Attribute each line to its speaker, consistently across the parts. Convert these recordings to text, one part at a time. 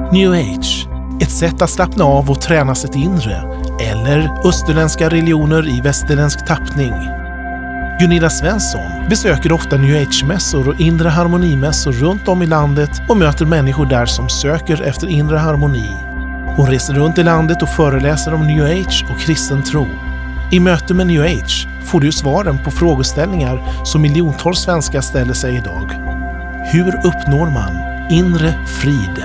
Speaker 1: New Age, ett sätt att slappna av och träna sitt inre, eller österländska religioner i västerländsk tappning. Gunilla Svensson besöker ofta New Age-mässor och inre harmonimässor runt om i landet och möter människor där som söker efter inre harmoni. Hon reser runt i landet och föreläser om New Age och kristen tro. I möte med New Age får du svaren på frågeställningar som miljontals svenskar ställer sig idag. Hur uppnår man inre frid?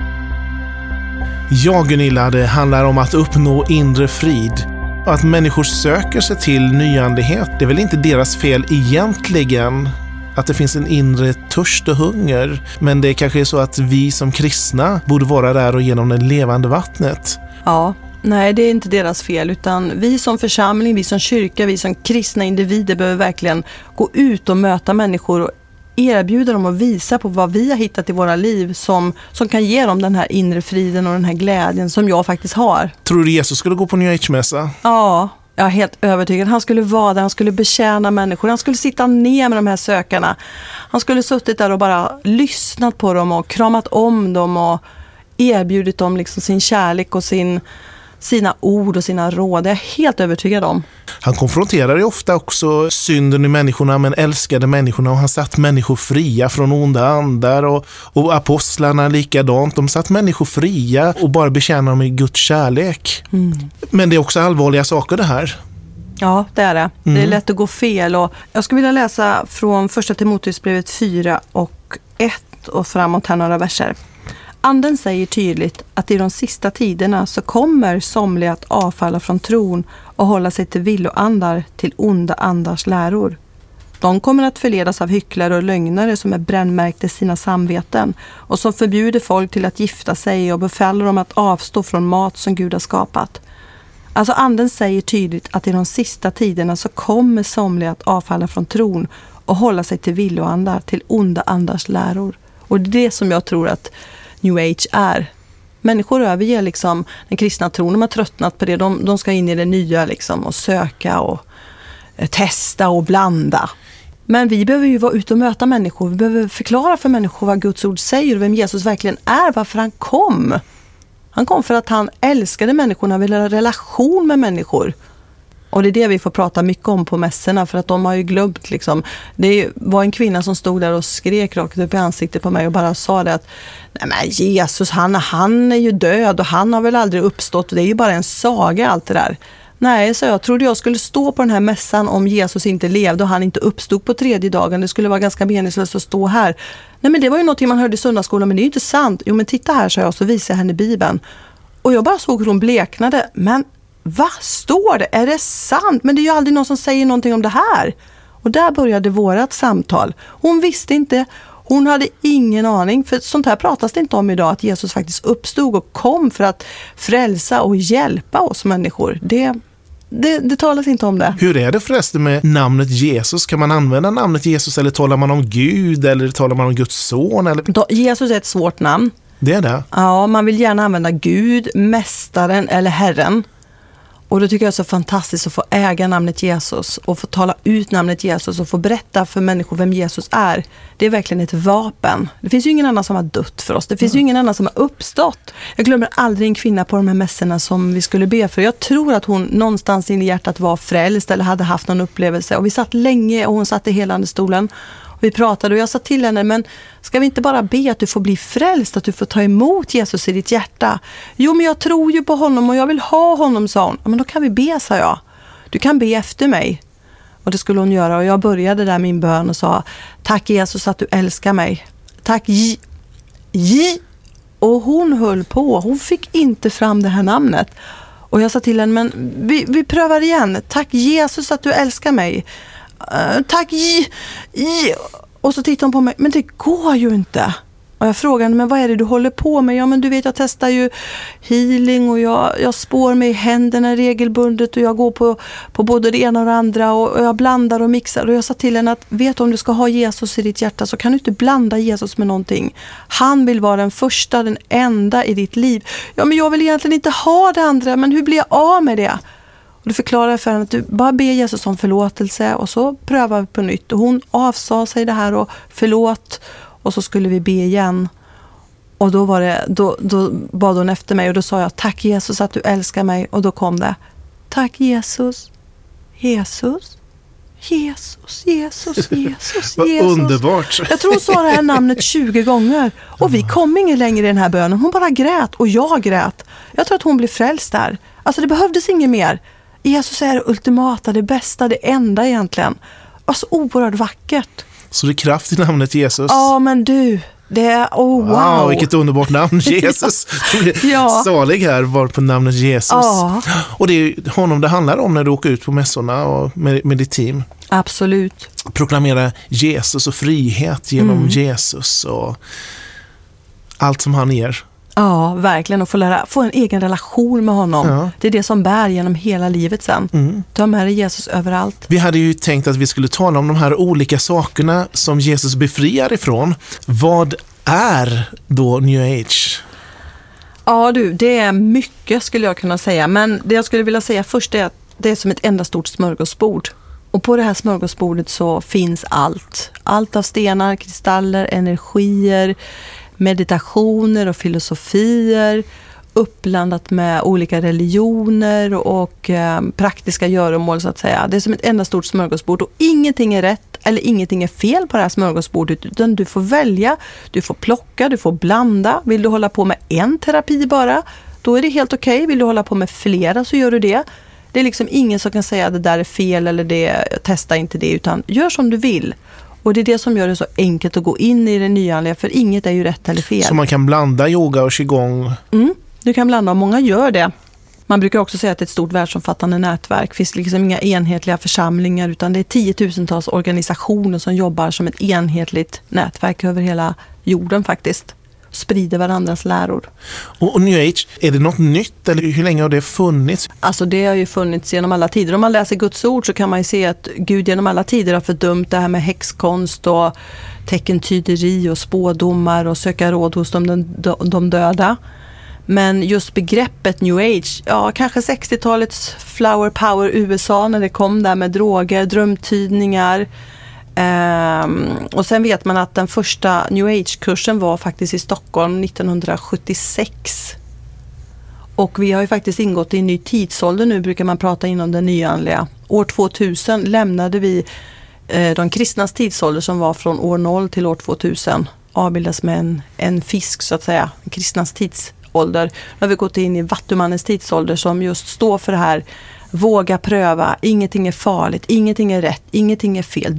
Speaker 1: Ja, Gunilla, det handlar om att uppnå inre frid. Att människor söker sig till nyandlighet, det är väl inte deras fel egentligen att det finns en inre törst och hunger. Men det kanske är så att vi som kristna borde vara där och genom det levande vattnet.
Speaker 2: Ja, nej, det är inte deras fel, utan vi som församling, vi som kyrka, vi som kristna individer behöver verkligen gå ut och möta människor och erbjuda dem och visa på vad vi har hittat i våra liv som kan ge dem den här inre friden och den här glädjen som jag faktiskt har.
Speaker 1: Tror du Jesus skulle gå på New Age-mässa?
Speaker 2: Ja, jag är helt övertygad. Han skulle vara där, han skulle betjäna människor, han skulle sitta ner med de här sökarna. Han skulle suttit där och bara lyssnat på dem och kramat om dem och erbjudit dem liksom sin kärlek och sina ord och sina råd. Jag är helt övertygad om.
Speaker 1: Han konfronterar ju ofta också synden i människorna, men älskade människorna, och han satt människor fria från onda andar och apostlarna likadant. De satt människor fria och bara betjänade dem i Guds kärlek. Men det är också allvarliga saker det här.
Speaker 2: Ja, det är det. Det är lätt att gå fel. Och jag skulle vilja läsa från första Timoteusbrevet 4 och 1 och framåt här några verser. Anden säger tydligt att i de sista tiderna så kommer somliga att avfalla från tron och hålla sig till villoandar, till onda andars läror. De kommer att förledas av hycklare och lögnare som är brännmärkta i sina samveten och som förbjuder folk till att gifta sig och befaller dem att avstå från mat som Gud har skapat. Alltså anden säger tydligt att i de sista tiderna så kommer somliga att avfalla från tron och hålla sig till villoandar, till onda andars läror. Och det är det som jag tror att New Age är. Människor överger liksom den kristna tron, de har tröttnat på det. De ska in i det nya liksom och söka och testa och blanda. Men vi behöver ju vara ute och möta människor. Vi behöver förklara för människor vad Guds ord säger och vem Jesus verkligen är, varför han kom. Han kom för att han älskade människorna, ville ha relation med människor. Och det är det vi får prata mycket om på mässorna, för att de har ju glömt liksom. Det var en kvinna som stod där och skrek rakt upp i ansiktet på mig och bara sa det att nej men Jesus, han är ju död och han har väl aldrig uppstått. Det är ju bara en saga allt det där. Nej, så jag trodde jag skulle stå på den här mässan om Jesus inte levde och han inte uppstod på tredje dagen. Det skulle vara ganska meningslöst att stå här. Nej, men det var ju något man hörde i söndagsskolan, men det är ju inte sant. Jo, men titta här, så jag, så visar jag henne Bibeln. Och jag bara såg hur hon bleknade. Men vad står det? Är det sant? Men det är ju aldrig någon som säger någonting om det här. Och där började vårat samtal. Hon visste inte, hon hade ingen aning. För sånt här pratas det inte om idag, att Jesus faktiskt uppstod och kom för att frälsa och hjälpa oss människor. Det talas inte om det.
Speaker 1: Hur är det förresten med namnet Jesus? Kan man använda namnet Jesus, eller talar man om Gud, eller talar man om Guds son? Eller?
Speaker 2: Jesus är ett svårt namn.
Speaker 1: Det är det?
Speaker 2: Ja, man vill gärna använda Gud, mästaren eller Herren. Och då tycker jag det är så fantastiskt att få äga namnet Jesus och få tala ut namnet Jesus och få berätta för människor vem Jesus är. Det är verkligen ett vapen. Det finns ju ingen annan som har dött för oss. Det finns ju ingen annan som har uppstått. Jag glömmer aldrig en kvinna på de här mässorna som vi skulle be för. Jag tror att hon någonstans in i hjärtat var frälst eller hade haft någon upplevelse. Och vi satt länge och hon satt i helande stolen. Vi pratade och jag sa till henne, men ska vi inte bara be att du får bli frälst, att du får ta emot Jesus i ditt hjärta? Jo, men jag tror ju på honom och jag vill ha honom, sa hon. Ja, men då kan vi be, sa jag. Du kan be efter mig. Och det skulle hon göra, och jag började där min bön och sa: tack Jesus att du älskar mig. Tack Och hon höll på, hon fick inte fram det här namnet. Och jag sa till henne, men vi prövar igen. Tack Jesus att du älskar mig. Tack Och så tittar hon på mig, men det går ju inte. Och jag frågade henne, men vad är det du håller på med? Ja, men du vet, jag testar ju healing och jag spår mig i händerna regelbundet och jag går på både det ena och det andra och jag blandar och mixar. Och jag sa till henne att, vet du, om du ska ha Jesus i ditt hjärta så kan du inte blanda Jesus med någonting. Han vill vara den första, den enda i ditt liv. Ja, men jag vill egentligen inte ha det andra, men hur blir jag av med det? Och du förklarar för henne att du bara ber Jesus om förlåtelse och så prövar vi på nytt. Och hon avsade sig det här och förlåt, och så skulle vi be igen. Och då bad hon efter mig och då sa jag, tack Jesus att du älskar mig. Och då kom det, tack Jesus, Jesus, Jesus, Jesus, Jesus,
Speaker 1: Vad
Speaker 2: Jesus.
Speaker 1: underbart.
Speaker 2: Jag tror hon sa det här namnet 20 gånger. Och vi kom ingen längre i den här bönen. Hon bara grät och jag grät. Jag tror att hon blev frälst där. Alltså det behövdes inget mer. Jesus är det ultimata, det bästa, det enda egentligen. Alltså oerhört vackert.
Speaker 1: Så det är kraft i namnet Jesus.
Speaker 2: Ja, men du, det är, wow.
Speaker 1: Vilket underbart namn, Jesus.
Speaker 2: Ja.
Speaker 1: Salig här var på namnet Jesus.
Speaker 2: Ja.
Speaker 1: Och det är honom det handlar om när du åker ut på mässorna och med ditt team.
Speaker 2: Absolut.
Speaker 1: Proklamera Jesus och frihet genom Jesus och allt som han ger.
Speaker 2: Ja, verkligen. Och få en egen relation med honom. Ja. Det är det som bär genom hela livet sen. Ta med dig Jesus överallt.
Speaker 1: Vi hade ju tänkt att vi skulle tala om de här olika sakerna som Jesus befriar ifrån. Vad är då New Age?
Speaker 2: Ja du, det är mycket skulle jag kunna säga. Men det jag skulle vilja säga först är att det är som ett enda stort smörgåsbord. Och på det här smörgåsbordet så finns allt. Allt av stenar, kristaller, energier, meditationer och filosofier, uppblandat med olika religioner och praktiska göromål så att säga. Det är som ett enda stort smörgåsbord och ingenting är rätt eller ingenting är fel på det här smörgåsbordet, utan du får välja, du får plocka, du får blanda. Vill du hålla på med en terapi bara, då är det helt okej. Vill du hålla på med flera så gör du det. Det är liksom ingen som kan säga att det där är fel eller testa inte det, utan gör som du vill. Och det är det som gör det så enkelt att gå in i det nyandliga, för inget är ju rätt eller fel. Så
Speaker 1: man kan blanda yoga och qigong?
Speaker 2: Du kan blanda och många gör det. Man brukar också säga att det är ett stort världsomfattande nätverk. Det finns liksom inga enhetliga församlingar utan det är 10 000-tals organisationer som jobbar som ett enhetligt nätverk över hela jorden faktiskt. Sprider varandras läror.
Speaker 1: Och New Age, är det något nytt eller hur länge har det funnits?
Speaker 2: Alltså det har ju funnits genom alla tider. Om man läser Guds ord så kan man ju se att Gud genom alla tider har fördömt det här med häxkonst och teckentyderi och spådomar och söka råd hos de döda. Men just begreppet New Age, ja kanske 60-talets flower power USA när det kom där med droger, drömtydningar. Och sen vet man att den första New Age-kursen var faktiskt i Stockholm 1976. Och vi har ju faktiskt ingått i en ny tidsålder nu, brukar man prata inom den nyandliga. År 2000 lämnade vi de kristnas tidsålder som var från år 0 till år 2000. Avbildas med en fisk så att säga, en kristnas tidsålder. Nu har vi gått in i vattumannens tidsålder som just står för det här. Våga pröva, ingenting är farligt, ingenting är rätt, ingenting är fel.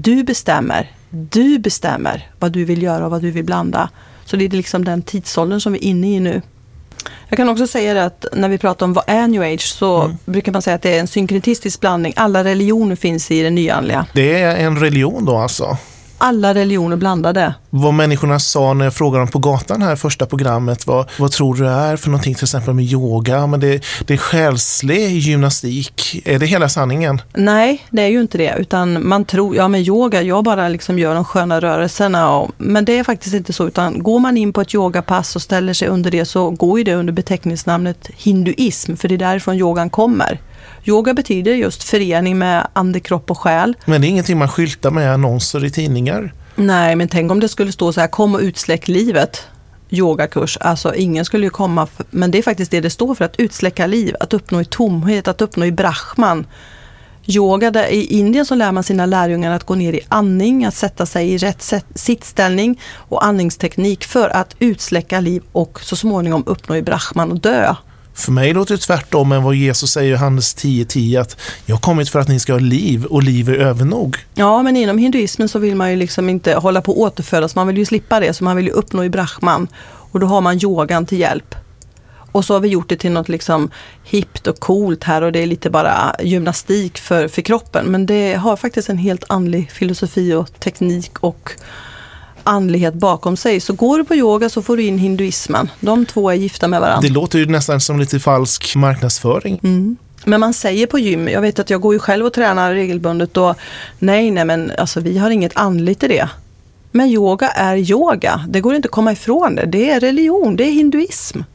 Speaker 2: Du bestämmer vad du vill göra och vad du vill blanda. Så det är liksom den tidsåldern som vi är inne i nu. Jag kan också säga det att när vi pratar om vad är New Age så brukar man säga att det är en synkretistisk blandning. Alla religioner finns i det nyandliga.
Speaker 1: Det är en religion då alltså?
Speaker 2: Alla religioner blandade.
Speaker 1: Vad människorna sa när jag frågade dem på gatan här första programmet, vad tror du är för någonting till exempel med yoga? Men det är själslig gymnastik. Är det hela sanningen? Nej,
Speaker 2: det är ju inte det. Utan man tror, ja med yoga, jag bara liksom gör de sköna rörelserna. Men det är faktiskt inte så. Utan går man in på ett yogapass och ställer sig under det så går ju det under beteckningsnamnet hinduism. För det är därifrån yogan kommer. Yoga betyder just förening med ande, kropp och själ. Men det är ingenting man skyltar med annonser i tidningar? Nej, men tänk om det skulle stå så här, kom och utsläck livet, yogakurs. Alltså ingen skulle ju komma, men det är faktiskt det står för, att utsläcka liv, att uppnå i tomhet, att uppnå i brahman. Yoga, där i Indien så lär man sina lärjungar att gå ner i andning, att sätta sig i rätt sittställning och andningsteknik för att utsläcka liv och så småningom uppnå i brahman och dö. För mig låter det tvärtom än vad Jesus säger i Johannes 10:10, att jag har kommit för att ni ska ha liv och liv är övernog. Ja, men inom hinduismen så vill man ju liksom inte hålla på att återfödas, man vill ju slippa det, så man vill ju uppnå i brahman och då har man yogan till hjälp. Och så har vi gjort det till något liksom hippt och coolt här och det är lite bara gymnastik för kroppen, men det har faktiskt en helt andlig filosofi och teknik och andlighet bakom sig. Så går du på yoga så får du in hinduismen. De två är gifta med varandra. Det låter ju nästan som lite falsk marknadsföring. Men man säger på gym, jag vet att jag går ju själv och tränar regelbundet och nej men alltså vi har inget andligt i det. Men yoga är yoga. Det går inte att komma ifrån det. Det är religion, det är hinduism.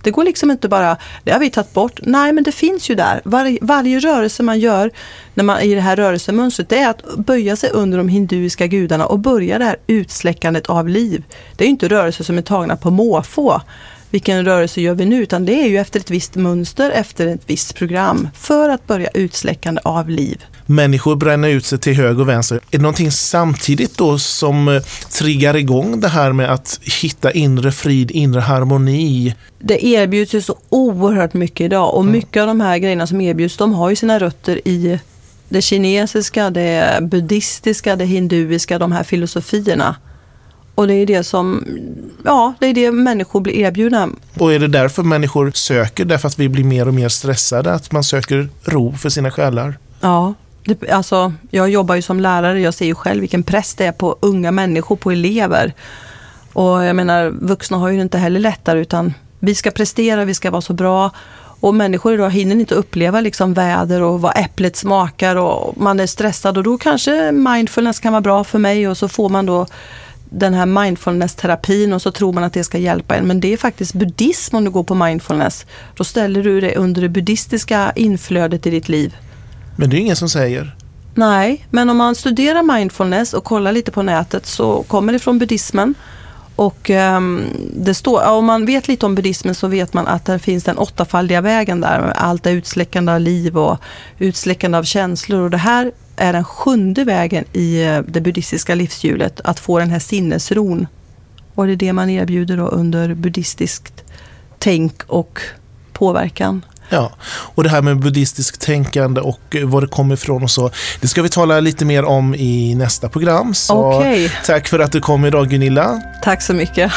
Speaker 2: Det går liksom inte bara, det har vi tagit bort. Nej, men det finns ju där. Varje rörelse man gör när man i det här rörelsemönstret, det är att böja sig under de hinduiska gudarna och börja det här utsläckandet av liv. Det är ju inte rörelser som är tagna på måfå. Vilken rörelse gör vi nu? Utan det är ju efter ett visst mönster, efter ett visst program för att börja utsläckande av liv.
Speaker 1: Människor bränner ut sig till höger och vänster. Är det någonting samtidigt då som triggar igång det här med att hitta inre frid, inre harmoni?
Speaker 2: Det erbjuds ju så oerhört mycket idag och mycket av de här grejerna som erbjuds, de har ju sina rötter i det kinesiska, det buddhistiska, det hinduiska, de här filosofierna. Och det är det som, det är det människor blir erbjudna.
Speaker 1: Och är det därför människor söker? Därför att vi blir mer och mer stressade? Att man söker ro för sina själar?
Speaker 2: Ja, jag jobbar ju som lärare. Jag ser ju själv vilken press det är på unga människor, på elever. Och jag menar, vuxna har ju inte heller lättare, utan vi ska prestera, vi ska vara så bra. Och människor idag hinner inte uppleva liksom väder och vad äpplet smakar, och man är stressad, och då kanske mindfulness kan vara bra för mig, och så får man då den här mindfulness-terapin och så tror man att det ska hjälpa en. Men det är faktiskt buddhism om du går på mindfulness. Då ställer du det under det buddhistiska inflödet i ditt liv. Men
Speaker 1: det är ingen som säger.
Speaker 2: Nej, men om man studerar mindfulness och kollar lite på nätet så kommer det från buddhismen. Och det står, om man vet lite om buddhismen så vet man att det finns den 8-faldiga vägen där. Allt är utsläckande av liv och utsläckande av känslor. Och det här är den 7:e vägen i det buddhistiska livshjulet, att få den här sinnesron. Och det är det man erbjuder då under buddhistiskt tänk och påverkan.
Speaker 1: Ja, och det här med buddhistiskt tänkande och var det kommer ifrån och så, det ska vi tala lite mer om i nästa program. Så tack för att du kom idag, Gunilla.
Speaker 2: Tack så mycket.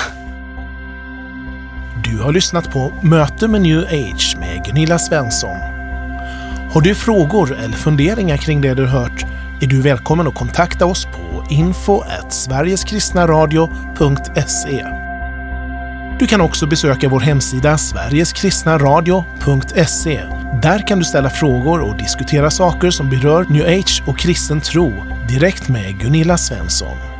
Speaker 1: Du har lyssnat på Möte med New Age med Gunilla Svensson. Har du frågor eller funderingar kring det du hört är du välkommen att kontakta oss på info@sverigeskristnaradio.se. Du kan också besöka vår hemsida sverigeskristnaradio.se. Där kan du ställa frågor och diskutera saker som berör New Age och kristen tro direkt med Gunilla Svensson.